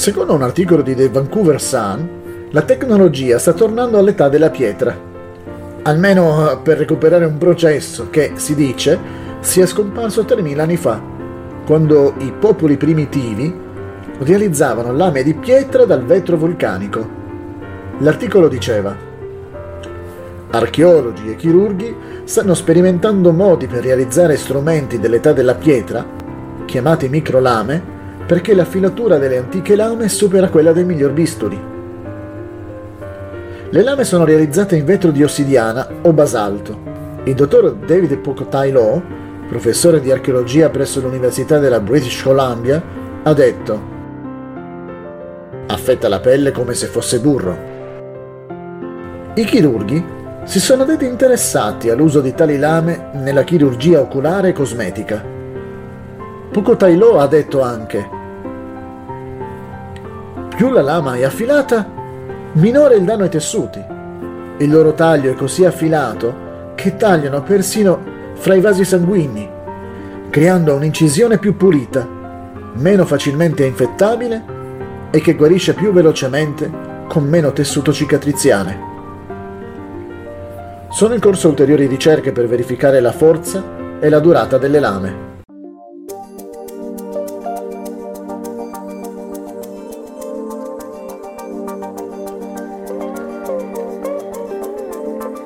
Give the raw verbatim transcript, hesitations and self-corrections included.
Secondo un articolo di The Vancouver Sun, la tecnologia sta tornando all'età della pietra, almeno per recuperare un processo che, si dice, sia scomparso tremila anni fa, quando i popoli primitivi realizzavano lame di pietra dal vetro vulcanico. L'articolo diceva: archeologi e chirurghi stanno sperimentando modi per realizzare strumenti dell'età della pietra, chiamati microlame, perché la filatura delle antiche lame supera quella del miglior bisturi. Le lame sono realizzate in vetro di ossidiana o basalto. Il dottor David Pocotay-Law, professore di archeologia presso l'Università della British Columbia, ha detto: affetta la pelle come se fosse burro. I chirurghi si sono detti interessati all'uso di tali lame nella chirurgia oculare e cosmetica. Pocotay-Law ha detto anche: più la lama è affilata, minore il danno ai tessuti. Il loro taglio è così affilato che tagliano persino fra i vasi sanguigni, creando un'incisione più pulita, meno facilmente infettabile e che guarisce più velocemente con meno tessuto cicatriziale. Sono in corso ulteriori ricerche per verificare la forza e la durata delle lame.